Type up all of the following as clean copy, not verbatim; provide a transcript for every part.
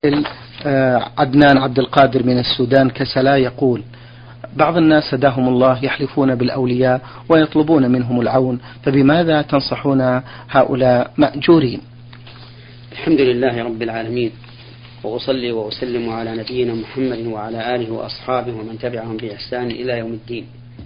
عدنان عبد القادر من السودان كسلا يقول: بعض الناس هداهم الله يحلفون بالأولياء ويطلبون منهم العون، فبماذا تنصحون هؤلاء مأجورين؟ الحمد لله رب العالمين، وأصلي وأسلم على نبينا محمد وعلى آله وأصحابه ومن تبعهم بإحسان إلى يوم الدين.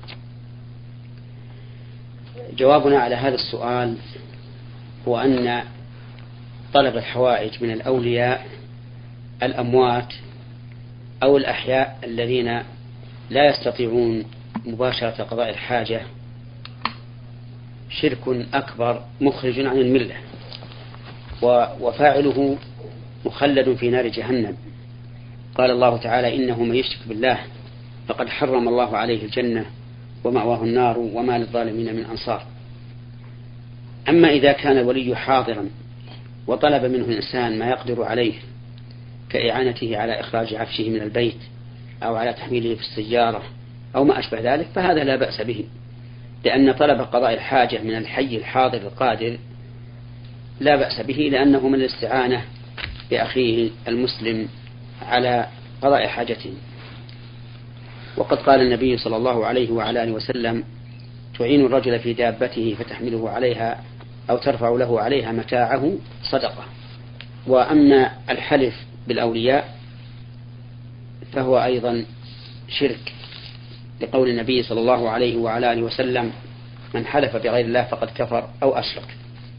جوابنا على هذا السؤال هو أن طلب الحوائج من الأولياء الأموات أو الأحياء الذين لا يستطيعون مباشرة قضاء الحاجة شرك أكبر مخرج عن الملة، وفاعله مخلد في نار جهنم. قال الله تعالى: إنه من يشرك بالله فقد حرم الله عليه الجنة ومأواه النار وما للظالمين من أنصار. أما إذا كان الولي حاضرا وطلب منه إنسان ما يقدر عليه كإعانته على إخراج عفشه من البيت أو على تحميله في السيارة أو ما أشبه ذلك، فهذا لا بأس به، لأن طلب قضاء الحاجة من الحي الحاضر القادر لا بأس به، لأنه من الاستعانة بأخيه المسلم على قضاء حاجته. وقد قال النبي صلى الله عليه وعلى آله وسلم: تعين الرجل في دابته فتحمله عليها أو ترفع له عليها متاعه صدقة. وأما الحلف بالأولياء فهو أيضا شرك، لقول النبي صلى الله عليه وعلى آله وسلم: من حلف بغير الله فقد كفر أو أشرك.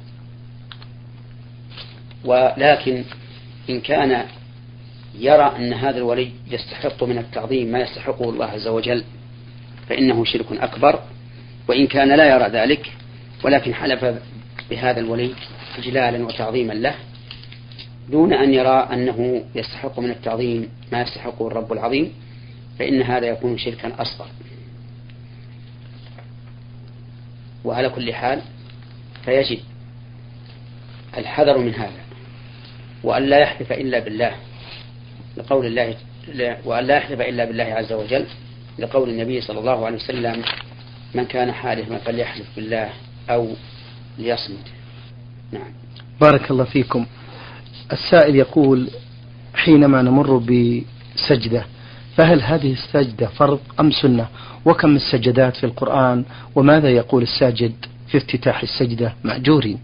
ولكن إن كان يرى أن هذا الولي يستحق من التعظيم ما يستحقه الله عز وجل فإنه شرك أكبر. وإن كان لا يرى ذلك ولكن حلف بهذا الولي إجلالا وتعظيما له دون أن يرى أنه يستحق من التعظيم ما يستحقه الرب العظيم، فإن هذا يكون شركا أصغر. وعلى كل حال فيجب الحذر من هذا، وأن لا يحلف إلا بالله، لقول الله وأن لا يحلف إلا بالله عز وجل، لقول النبي صلى الله عليه وسلم: من كان حالفا فليحلف بالله أو ليصمت. نعم. بارك الله فيكم. السائل يقول: حينما نمر بسجدة فهل هذه السجدة فرض أم سنة؟ وكم السجدات في القرآن؟ وماذا يقول الساجد في افتتاح السجدة مأجورين؟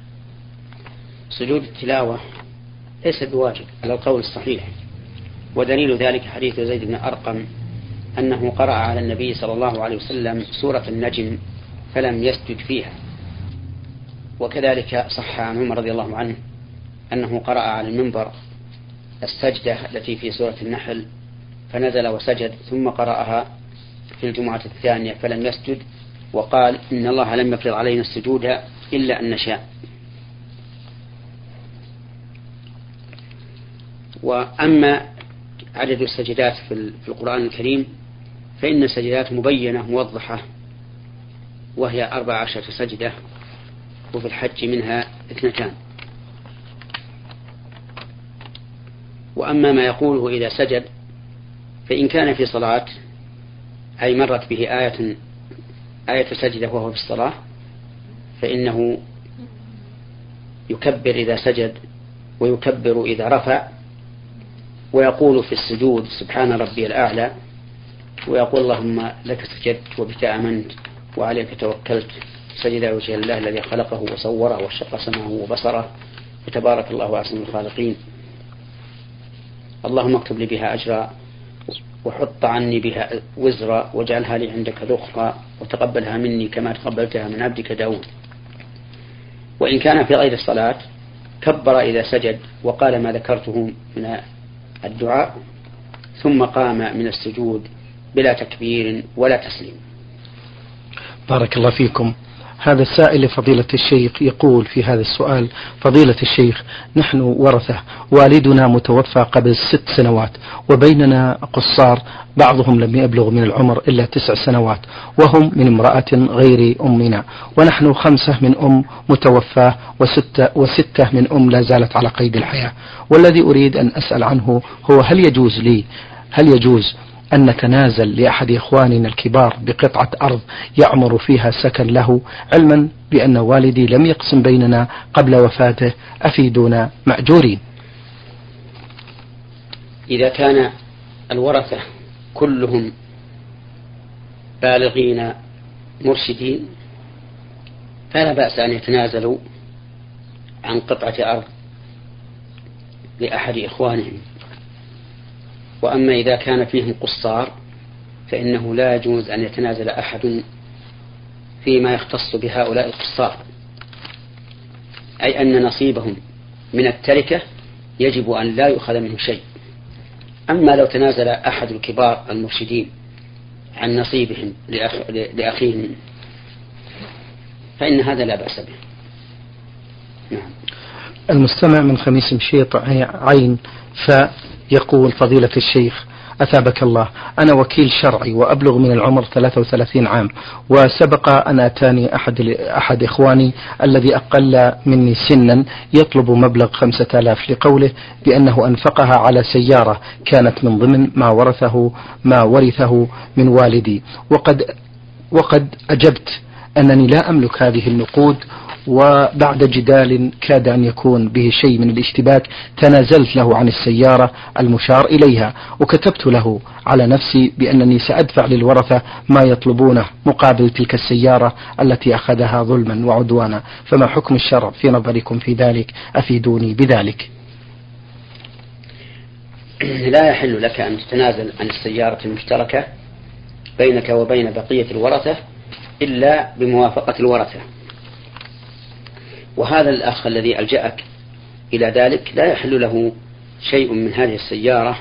سجود التلاوة ليس بواجب على القول الصحيح، ودليل ذلك حديث زيد بن أرقم أنه قرأ على النبي صلى الله عليه وسلم سورة النجم فلم يسجد فيها. وكذلك صح عن عمر رضي الله عنه أنه قرأ على المنبر السجدة التي في سورة النحل فنزل وسجد، ثم قرأها في الجمعة الثانية فلم يسجد، وقال: إن الله لم يفرض علينا السجود إلا أن نشاء. وأما عدد السجدات في القرآن الكريم فإن السجدات مبينة موضحة، وهي 14 سجدة، وفي الحج منها 2. وأما ما يقوله إذا سجد فإن كان في صلاة أي مرت به آية سجدة وهو في الصلاة فإنه يكبر إذا سجد ويكبر إذا رفع، ويقول في السجود: سبحان ربي الأعلى، ويقول: اللهم لك سجدت وبك آمنت وعليك توكلت، سجد وجه الله الذي خلقه وصوره وشق سمعه وبصره، فتبارك الله أحسن الخالقين، اللهم اكتب لي بها أجرا وحط عني بها وزرا واجعلها لي عندك ذخرا وتقبلها مني كما تقبلتها من عبدك داود. وإن كان في غير الصلاة كبر إذا سجد وقال ما ذكرته من الدعاء، ثم قام من السجود بلا تكبير ولا تسليم. بارك الله فيكم. هذا السائل لفضيلة الشيخ يقول في هذا السؤال: فضيلة الشيخ، نحن ورثة، والدنا متوفى قبل 6 سنوات، وبيننا قصار بعضهم لم يبلغ من العمر إلا 9 سنوات، وهم من امرأة غير أمنا، ونحن 5 من أم متوفاة وستة من أم لا زالت على قيد الحياة. والذي أريد أن أسأل عنه هو: هل يجوز أن نتنازل لأحد إخواننا الكبار بقطعة أرض يعمر فيها سكن له، علما بأن والدي لم يقسم بيننا قبل وفاته؟ أفيدونا مأجورين. إذا كان الورثة كلهم بالغين مرشدين فلا بأس أن يتنازلوا عن قطعة أرض لأحد إخوانهم. وأما إذا كان فيهم قصار فإنه لا يجوز أن يتنازل أحد فيما يختص بهؤلاء القصار، أي أن نصيبهم من التركة يجب أن لا يؤخذ منه شيء. أما لو تنازل أحد الكبار المرشدين عن نصيبهم لأخيهم فإن هذا لا بأس به. نعم. المستمع من خميس مشيط عين فيقول: فضيلة الشيخ أثابك الله، أنا وكيل شرعي وأبلغ من العمر 33 عام، وسبق أن أتاني أحد إخواني الذي أقل مني سنا يطلب مبلغ 5000 لقوله بأنه أنفقها على سيارة كانت من ضمن ما ورثه من والدي، وقد أجبت أنني لا أملك هذه النقود، وبعد جدال كاد أن يكون به شيء من الاشتباك تنازلت له عن السيارة المشار إليها، وكتبت له على نفسي بأنني سأدفع للورثة ما يطلبونه مقابل تلك السيارة التي أخذها ظلما وعدوانا، فما حكم الشرع في نظركم في ذلك؟ أفيدوني بذلك. لا يحل لك أن تتنازل عن السيارة المشتركة بينك وبين بقية الورثة إلا بموافقة الورثة. وهذا الأخ الذي ألجأك إلى ذلك لا يحل له شيء من هذه السيارة،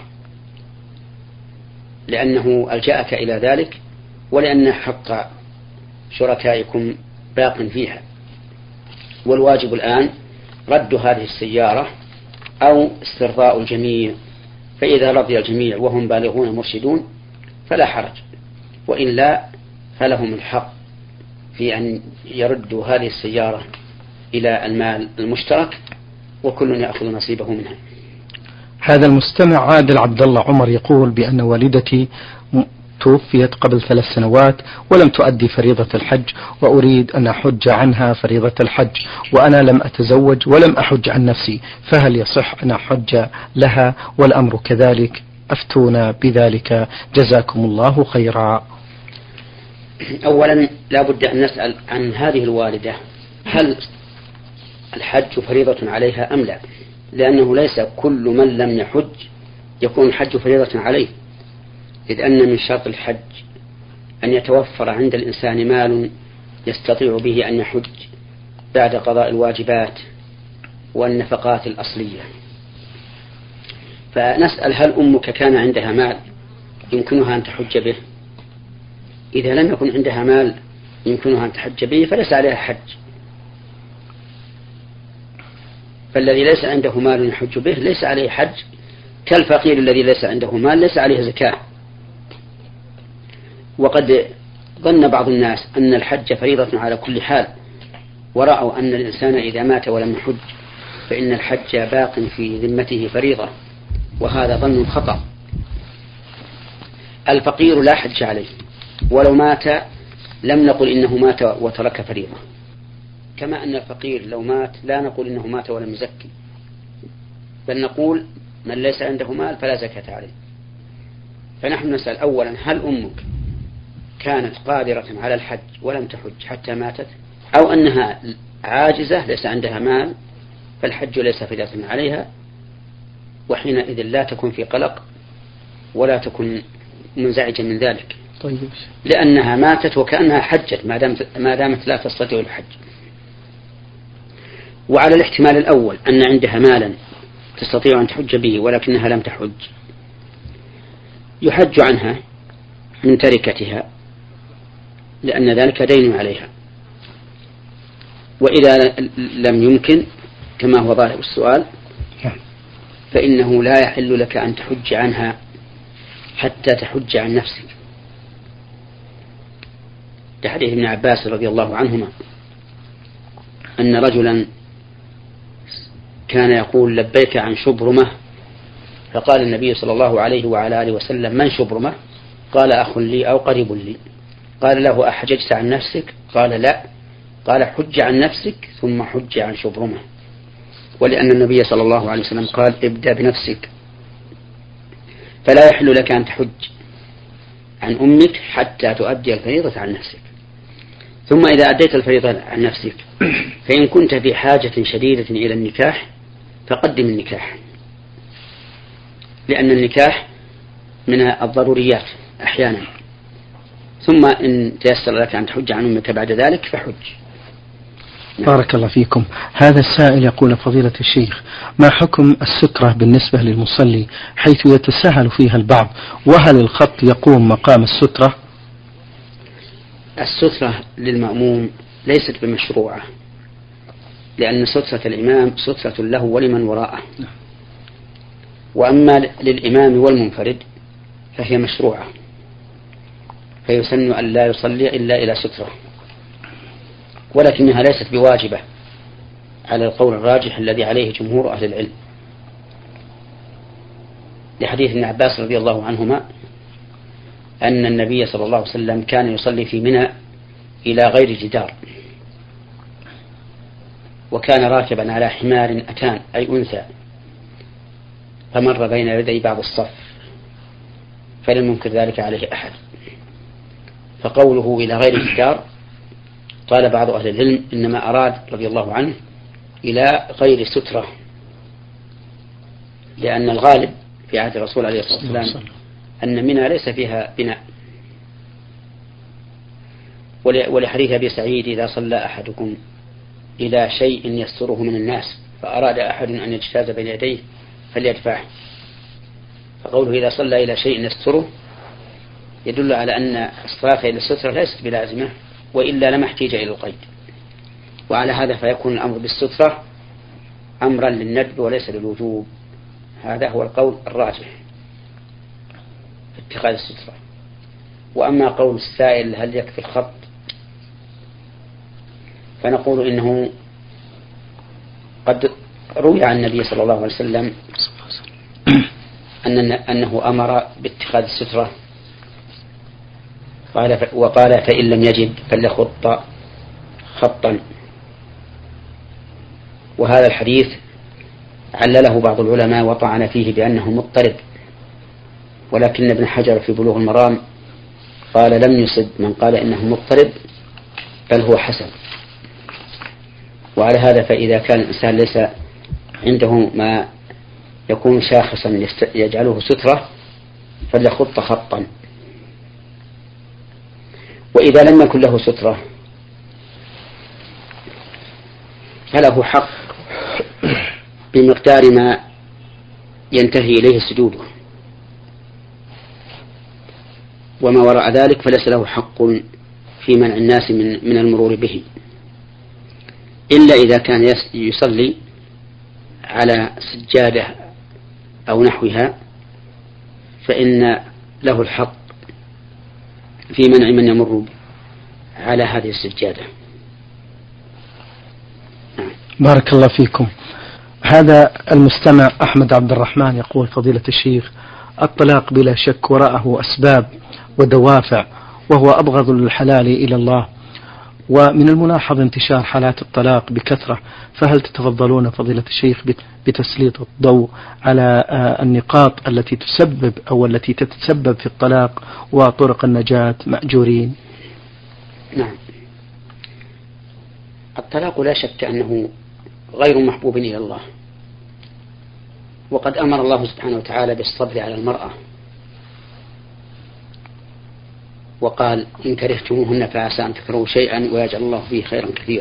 لأنه ألجأك إلى ذلك ولأن حق شركائكم باق فيها. والواجب الآن رد هذه السيارة أو استرضاء الجميع، فإذا رضي الجميع وهم بالغون مرشدون فلا حرج، وإلا فلهم الحق في أن يردوا هذه السيارة إلى المال المشترك وكل يأخذ نصيبه منها. هذا المستمع عادل عبد الله عمر يقول بأن والدتي توفيت قبل 3 سنوات ولم تؤدي فريضة الحج، وأريد أن أحج عنها فريضة الحج، وأنا لم أتزوج ولم أحج عن نفسي، فهل يصح أن أحج لها والأمر كذلك؟ أفتونا بذلك جزاكم الله خيرا. أولا لا بد أن نسأل عن هذه الوالدة هل الحج فريضة عليها أم لا، لأنه ليس كل من لم يحج يكون الحج فريضة عليه، إذ أن من شرط الحج أن يتوفر عند الإنسان مال يستطيع به أن يحج بعد قضاء الواجبات والنفقات الأصلية. فنسأل هل أمك كان عندها مال يمكنها أن تحج به؟ إذا لم يكن عندها مال يمكنها أن تحج به فليس عليها حج، فالذي ليس عنده مال يحج به ليس عليه حج، كالفقير الذي ليس عنده مال ليس عليه زكاة. وقد ظن بعض الناس أن الحج فريضة على كل حال، ورأوا أن الإنسان إذا مات ولم يحج فإن الحج باق في ذمته فريضة، وهذا ظن خطأ. الفقير لا حج عليه، ولو مات لم نقل إنه مات وترك فريضة، كما أن الفقير لو مات لا نقول إنه مات ولم يزكي، بل نقول من ليس عنده مال فلا زكاة عليه. فنحن نسأل أولا هل أمك كانت قادرة على الحج ولم تحج حتى ماتت، أو أنها عاجزة ليس عندها مال فالحج ليس فريضة عليها، وحينئذ لا تكون في قلق ولا تكون منزعجة من ذلك. طيب. لأنها ماتت وكأنها حجت ما دامت لا تستطيع الحج. وعلى الاحتمال الأول أن عندها مالا تستطيع أن تحج به ولكنها لم تحج، يحج عنها من تركتها لأن ذلك دين عليها. وإذا لم يمكن كما هو ظاهر السؤال فإنه لا يحل لك أن تحج عنها حتى تحج عن نفسك، لحديث ابن عباس رضي الله عنهما أن رجلا كان يقول لبيك عن شبرمة، فقال النبي صلى الله عليه وعلى آله وسلم من شبرمة؟ قال أخ لي أو قريب لي. قال له أحججت عن نفسك؟ قال لا. قال حج عن نفسك ثم حج عن شبرمة، ولأن النبي صلى الله عليه وسلم قال ابدأ بنفسك. فلا يحل لك أن تحج عن أمك حتى تؤدي الفريضة عن نفسك. ثم إذا أديت الفريضة عن نفسك فإن كنت في حاجة شديدة إلى النكاح فقدم النكاح، لأن النكاح من الضروريات أحيانا. ثم إن تيسر لك أن تحج عن أمك بعد ذلك فحج. بارك الله فيكم. هذا السائل يقول فضيلة الشيخ: ما حكم السترة بالنسبة للمصلي حيث يتساهل فيها البعض، وهل الخط يقوم مقام السترة؟ السترة للمأموم ليست بمشروعة، لأن سترة الإمام سترة له ولمن وراءه، وأما للإمام والمنفرد فهي مشروعة، فيسن أن لا يصلي إلا إلى سترة، ولكنها ليست بواجبة على القول الراجح الذي عليه جمهور أهل العلم، لحديث ابن عباس رضي الله عنهما أن النبي صلى الله عليه وسلم كان يصلي في منى إلى غير جدار، وكان راكبا على حمار أتان أي أنثى، فمر بين يدي بعض الصف فلم ينكر ذلك عليه أحد. فقوله إلى غير جدار قال بعض أهل العلم إنما أراد رضي الله عنه إلى غير سترة، لأن الغالب في عهد الرسول عليه الصلاة والسلام أن منى ليس فيها بناء، ولحديث أبي سعيد: إذا صلى أحدكم إلى شيء يستره من الناس فأراد أحد أن يجتاز بين يديه فليدفعه. فقوله إذا صلى إلى شيء يستره يدل على أن الصلاة إلى السترة ليست بلازمة، وإلا لما احتيج إلى القيد. وعلى هذا فيكون الأمر بالسترة أمرا للندب وليس للوجوب. هذا هو القول الراجح في اتخاذ السترة. وأما قول السائل هل يكفي الخط، فنقول إنه قد روي عن النبي صلى الله عليه وسلم أنه أمر باتخاذ السترة، وقال: فإن لم يجد فليخط خطا. وهذا الحديث علله بعض العلماء وطعن فيه بأنه مضطرب، ولكن ابن حجر في بلوغ المرام قال: لم يصب من قال إنه مضطرب، بل هو حسن. وعلى هذا فإذا كان الإنسان ليس عنده ما يكون شاخصا يجعله سترة فليخط خطا. وإذا لم يكن له سترة فله حق بمقدار ما ينتهي إليه سجوده، وما وراء ذلك فليس له حق في منع الناس من المرور به، إلا إذا كان يصلي على سجادة أو نحوها فإن له الحق في منع من يمر على هذه السجادة. بارك الله فيكم. هذا المستمع أحمد عبد الرحمن يقول: فضيلة الشيخ، الطلاق بلا شك وراءه أسباب ودوافع، وهو أبغض الحلال إلى الله، ومن الملاحظ انتشار حالات الطلاق بكثرة، فهل تتفضلون فضيلة الشيخ بتسليط الضوء على النقاط التي تسبب أو التي تتسبب في الطلاق وطرق النجاة مأجورين؟ نعم، الطلاق لا شك أنه غير محبوب إلى الله، وقد أمر الله سبحانه وتعالى بالصبر على المرأة، وقال: إن كرهتموهن فعسى أن تكرهوا شيئا ويجعل الله فيه خيرا كثيرا.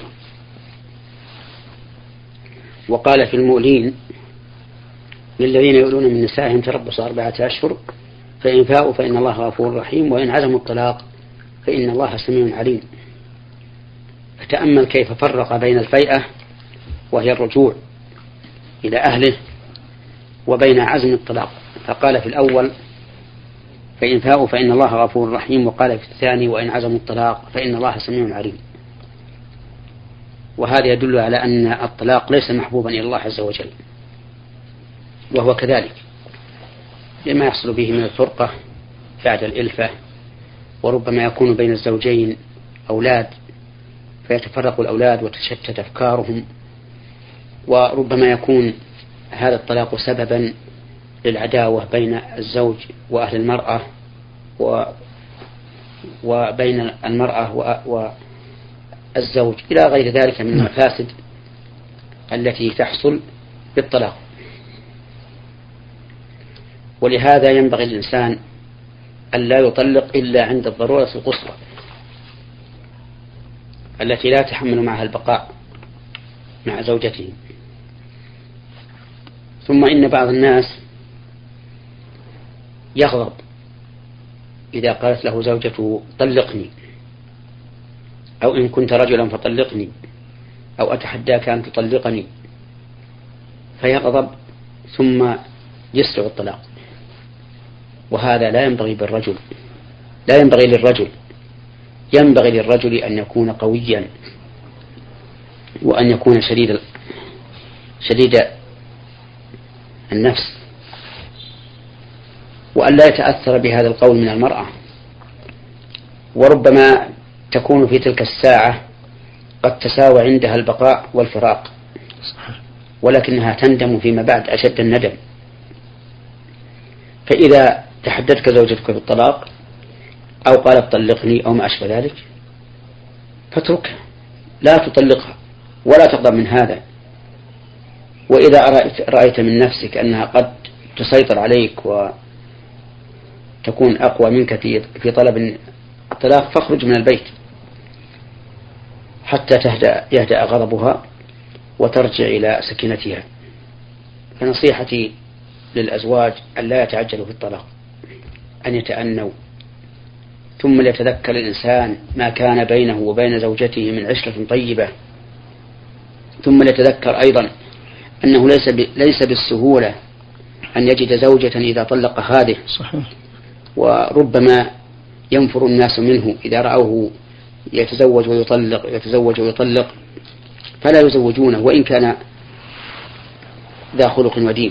وقال في المؤلين: للذين يؤلون من نسائهم تربص 4 أشهر فإن فاءوا فإن الله غفور رحيم وإن عزموا الطلاق فإن الله سميع عليم. فتأمل كيف فرق بين الفيئة وهي الرجوع إلى أهله وبين عزم الطلاق، فقال في الأول: فإن فاءوا فإن الله غفور رحيم، وقال في الثاني: وإن عزموا الطلاق فإن الله سميع عليم. وهذا يدل على أن الطلاق ليس محبوبا إلى الله عز وجل، وهو كذلك لما يحصل به من الفرقة بعد الإلفة، وربما يكون بين الزوجين أولاد فيتفرق الأولاد وتشتت أفكارهم، وربما يكون هذا الطلاق سببا للعداوة بين الزوج وأهل المرأة وبين المرأة والزوج إلى غير ذلك من المفاسد التي تحصل بالطلاق. ولهذا ينبغي الإنسان أن لا يطلق إلا عند الضرورة القصوى التي لا تحمل معها البقاء مع زوجته. ثم إن بعض الناس يغضب إذا قالت له زوجته طلقني، أو إن كنت رجلا فطلقني، أو أتحداك أن تطلقني، فيغضب ثم يسرع الطلاق. وهذا لا ينبغي بالرجل، لا ينبغي للرجل. ينبغي للرجل أن يكون قويا، وأن يكون شديد النفس، وأن لا يتأثر بهذا القول من المرأة. وربما تكون في تلك الساعة قد تساوى عندها البقاء والفراق، ولكنها تندم فيما بعد أشد الندم. فإذا تحدثك زوجتك بالطلاق أو قالت طلقني أو ما أشبه ذلك فاتركها، لا تطلقها ولا تغضب من هذا. وإذا رأيت من نفسك أنها قد تسيطر عليك وتكون أقوى منك في طلب الطلاق فاخرج من البيت حتى يهدأ غضبها وترجع إلى سكينتها. فنصيحتي للأزواج أن لا يتعجلوا في الطلاق، أن يتأنوا، ثم ليتذكر الإنسان ما كان بينه وبين زوجته من عشرة طيبة، ثم ليتذكر أيضا أنه ليس بالسهولة أن يجد زوجة إذا طلق هذه. صحيح. وربما ينفر الناس منه إذا رأوه يتزوج ويطلق فلا يزوجونه وإن كان ذا خلق ودين.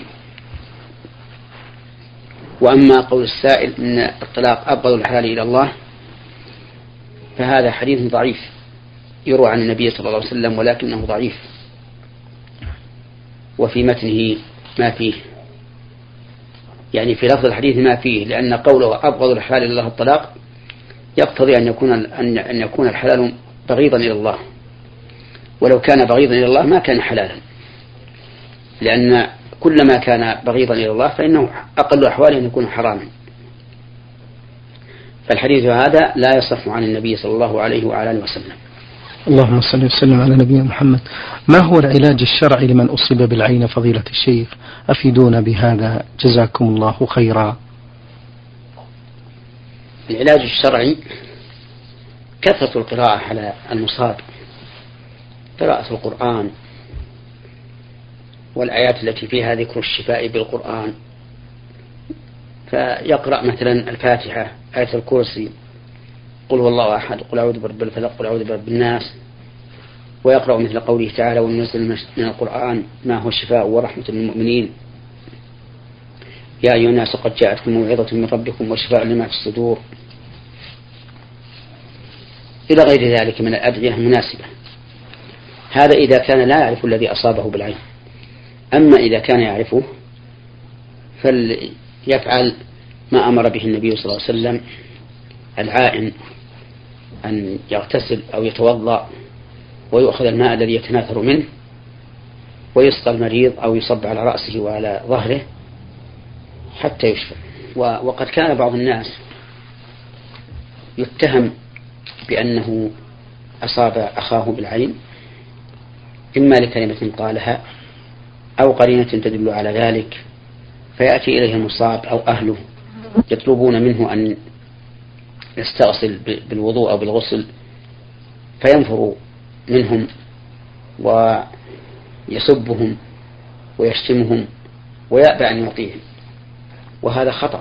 وأما قول السائل إن الطلاق أبغض الحلال إلى الله فهذا حديث ضعيف يروى عن النبي صلى الله عليه وسلم، ولكنه ضعيف، وفي متنه ما فيه، يعني في لفظ الحديث ما فيه، لأن قوله أبغض الحلال إلى الله الطلاق يقتضي أن يكون الحلال بغيضا إلى الله، ولو كان بغيضا إلى الله ما كان حلالا، لأن كل ما كان بغيضا إلى الله فإنه أقل أحواله أن يكون حراما. فالحديث هذا لا يصح عن النبي صلى الله عليه وعلى آله وسلم. اللهم صل وسلم على نبينا محمد. ما هو العلاج الشرعي لمن أصيب بالعين فضيلة الشيخ؟ أفيدونا بهذا جزاكم الله خيرا. العلاج الشرعي كثرة القراءة على المصاب، قراءة القرآن والآيات التي فيها ذكر الشفاء بالقرآن، فيقرأ مثلا الفاتحة، آية الكرسي، قل هو الله أحد، قل أعوذ برب الفلق، قل أعوذ برب الناس، ويقرأ مثل قوله تعالى وننزل من القرآن ما هو شفاء ورحمة للمؤمنين، يا أيها الناس قد جاءتكم موعظة من ربكم وشفاء لما في الصدور، إلى غير ذلك من الأدعية المناسبة. هذا إذا كان لا يعرف الذي أصابه بالعين. أما إذا كان يعرفه فليفعل ما أمر به النبي صلى الله عليه وسلم، العائن أن يغتسل أو يتوضأ ويؤخذ الماء الذي يتناثر منه ويسقى المريض أو يصب على رأسه وعلى ظهره حتى يشفى. وقد كان بعض الناس يتهم بأنه أصاب أخاه بالعين، إما لكلمة قالها أو قرينة تدل على ذلك، فيأتي إليه المصاب أو أهله يطلبون منه أن يستغسل بالوضوء أو بالغسل، فينفر منهم ويسبهم ويشتمهم ويأبى أن يعطيهم، وهذا خطأ،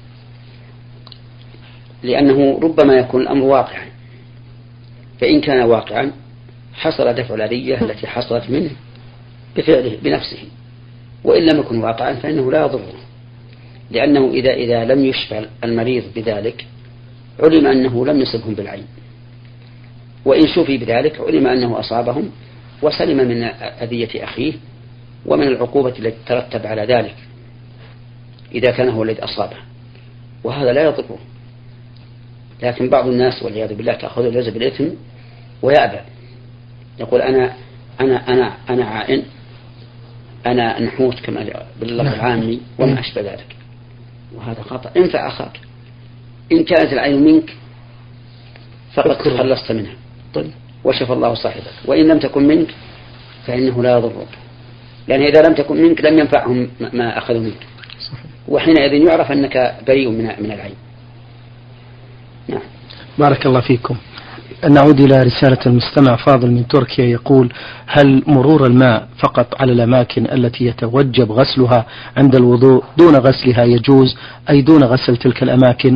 لأنه ربما يكون الأمر واقعا، فإن كان واقعا حصل دفع الأذية التي حصلت منه بفعله بنفسه، وإن لم يكن واقعا فإنه لا يضره، لأنه إذا لم يشفى المريض بذلك علم أنه لم يصبهم بالعين، وإن شفي بذلك علم أنه أصابهم وسلم من أذية أخيه ومن العقوبة التي ترتب على ذلك. إذا كان هو الذي أصابه، وهذا لا يضره. لكن بعض الناس والعياذ بالله تأخذ الجزء بالإثم ويأبى، يقول أنا عائن، أنا نحوت كما باللفظ العامي وما أشبه ذلك، وهذا خطأ. انفع أخاك، إن كانت العين منك فقد تخلصت منها وشفى الله صاحبك، وإن لم تكن منك فإنه لا يضرك، لأن إذا لم تكن منك لم ينفعهم ما أخذوا منك، وحينئذ يعرف أنك بريء من العين. نعم. بارك الله فيكم. نعود إلى رسالة المستمع فاضل من تركيا يقول: هل مرور الماء فقط على الأماكن التي يتوجب غسلها عند الوضوء دون غسلها يجوز، أي دون غسل تلك الأماكن؟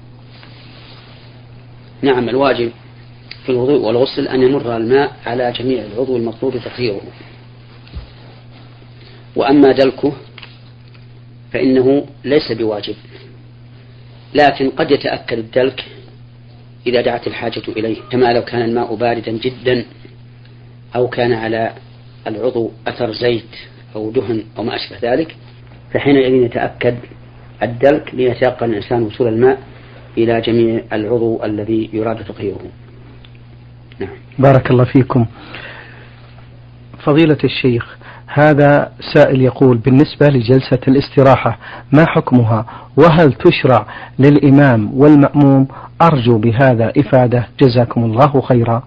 نعم، الواجب في الوضوء والغسل أن يمر الماء على جميع العضو المطلوب تطهيره، وأما دلكه فإنه ليس بواجب، لكن قد يتأكد الدلك إذا دعت الحاجة إليه، كما لو كان الماء باردا جدا أو كان على العضو أثر زيت أو دهن أو ما أشبه ذلك، فحينئذ يتأكد الدلك ليتيقن الإنسان وصول الماء إلى جميع العضو الذي يراد تطهيره. نعم. بارك الله فيكم. فضيلة الشيخ، هذا سائل يقول: بالنسبة لجلسة الاستراحة ما حكمها، وهل تشرع للإمام والمأموم؟ أرجو بهذا إفادة، جزاكم الله خيرا.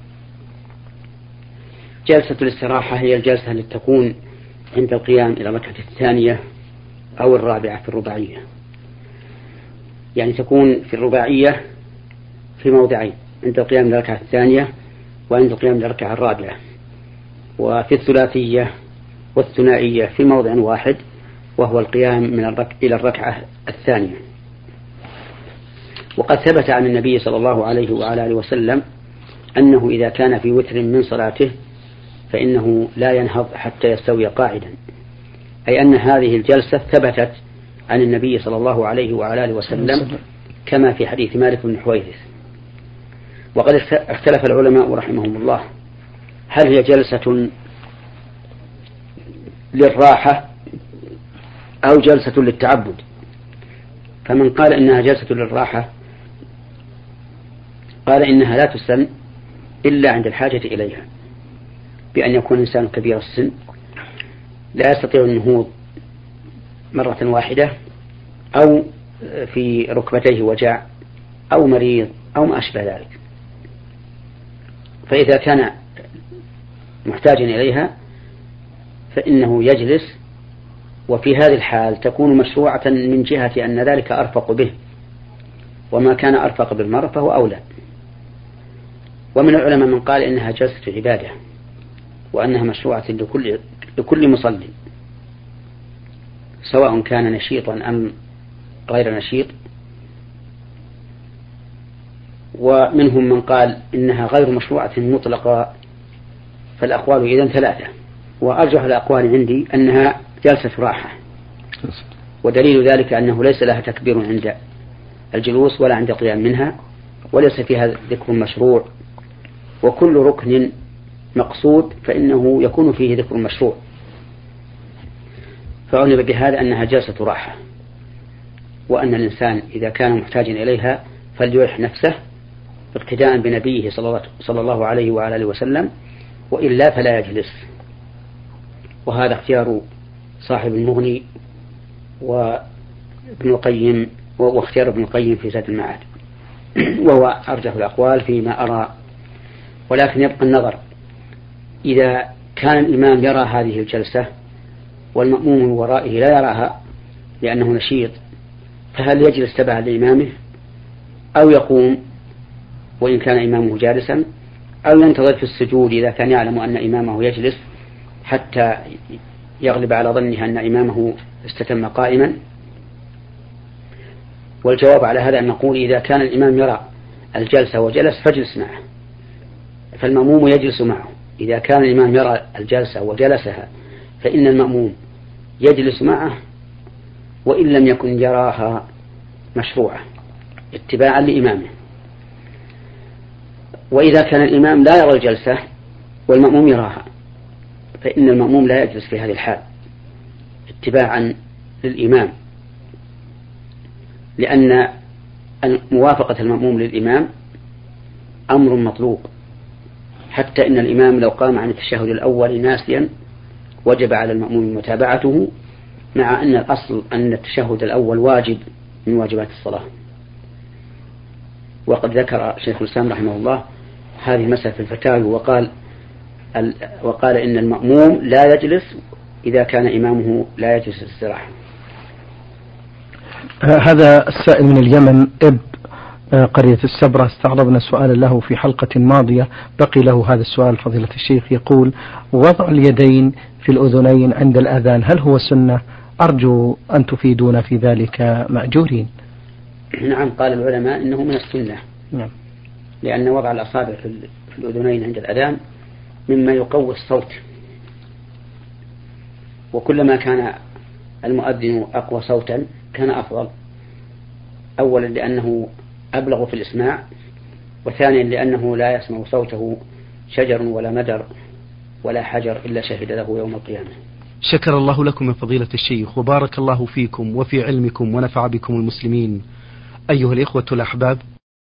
جلسة الاستراحة هي الجلسة التي تكون عند القيام إلى الركعة الثانية أو الرابعة في الرباعية، يعني تكون في الرباعية في موضعين: عند القيام إلى الركعة الثانية وعند القيام إلى الركعة الرابعة، وفي الثلاثية والثنائية في موضع واحد وهو القيام إلى الركعة الثانية. وقد ثبت عن النبي صلى الله عليه وعلى آله وسلم أنه إذا كان في وتر من صلاته فإنه لا ينهض حتى يستوي قاعدا، أي أن هذه الجلسة ثبتت عن النبي صلى الله عليه وعلى آله وسلم كما في حديث مالك بن حويرث. وقد اختلف العلماء رحمهم الله هل هي جلسة للراحة أو جلسة للتعبد. فمن قال إنها جلسة للراحة قال إنها لا تسن إلا عند الحاجة إليها، بأن يكون الإنسان كبير السن لا يستطيع النهوض مرة واحدة، أو في ركبتيه وجع، أو مريض، أو ما أشبه ذلك. فإذا كان محتاجا إليها فإنه يجلس، وفي هذه الحال تكون مشروعة من جهة أن ذلك أرفق به، وما كان أرفق بالمرء فهو أولى. ومن العلماء من قال إنها جلسة عبادة وأنها مشروعة لكل مصلي سواء كان نشيطا أم غير نشيط. ومنهم من قال إنها غير مشروعة مطلقة. فالأقوال إذن ثلاثة، وأرجح الأقوال عندي أنها جلسة راحة، ودليل ذلك أنه ليس لها تكبير عند الجلوس ولا عند القيام منها، وليس فيها ذكر مشروع، وكل ركن مقصود فإنه يكون فيه ذكر مشروع، فعلم بهذا أنها جلسة راحة، وأن الإنسان إذا كان محتاجا إليها فليرح نفسه اقتداء بنبيه صلى الله عليه وعلى آله وسلم، وإلا فلا يجلس. وهذا اختيار صاحب المغني وابن القيم، واختيار ابن القيم في زاد المعاد، وهو أرجح الأقوال فيما أرى. ولكن يبقى النظر، إذا كان الإمام يرى هذه الجلسة والمأموم من ورائه لا يراها لأنه نشيط، فهل يجلس تبعا لإمامه أو يقوم وإن كان إمامه جالسا، أو ينتظر في السجود إذا كان يعلم أن إمامه يجلس حتى يغلب على ظنه أن إمامه استتم قائما؟ والجواب على هذا أن نقول إذا كان الإمام يرى الجلسة وجلس فاجلس معه، فالمأموم يجلس معه. إذا كان الإمام يرى الجلسة وجلسها فإن المأموم يجلس معه، وإن لم يكن يراها مشروعة اتباعا لإمامه. وإذا كان الإمام لا يرى الجلسة والمأموم يراها فإن المأموم لا يجلس في هذه الحال اتباعا للإمام، لأن موافقة المأموم للإمام أمر مطلوب، حتى إن الإمام لو قام عن التشهد الأول ناسيا وجب على المأموم متابعته، مع أن الأصل أن التشهد الأول واجب من واجبات الصلاة. وقد ذكر شيخ الإسلام رحمه الله هذه المسألة في الفتاوى وقال إن المأموم لا يجلس إذا كان إمامه لا يجلس الاستراحة. هذا السائل من اليمن قرية السبرة، استعرضنا سؤالا له في حلقة ماضية، بقي له هذا السؤال فضيلة الشيخ. يقول: وضع اليدين في الأذنين عند الأذان هل هو سنة؟ أرجو أن تفيدونا في ذلك مأجورين. نعم، قال العلماء إنه من السنة. نعم. لأن وضع الأصابع في الأذنين عند الأذان مما يقوي الصوت، وكلما كان المؤذن أقوى صوتا كان أفضل، أولا لأنه أبلغ في الإسماع، وثانيا لأنه لا يسمع صوته شجر ولا مدر ولا حجر إلا شهد له يوم القيامة. شكر الله لكم يا فضيلة الشيخ، وبارك الله فيكم وفي علمكم ونفع بكم المسلمين. أيها الإخوة الأحباب،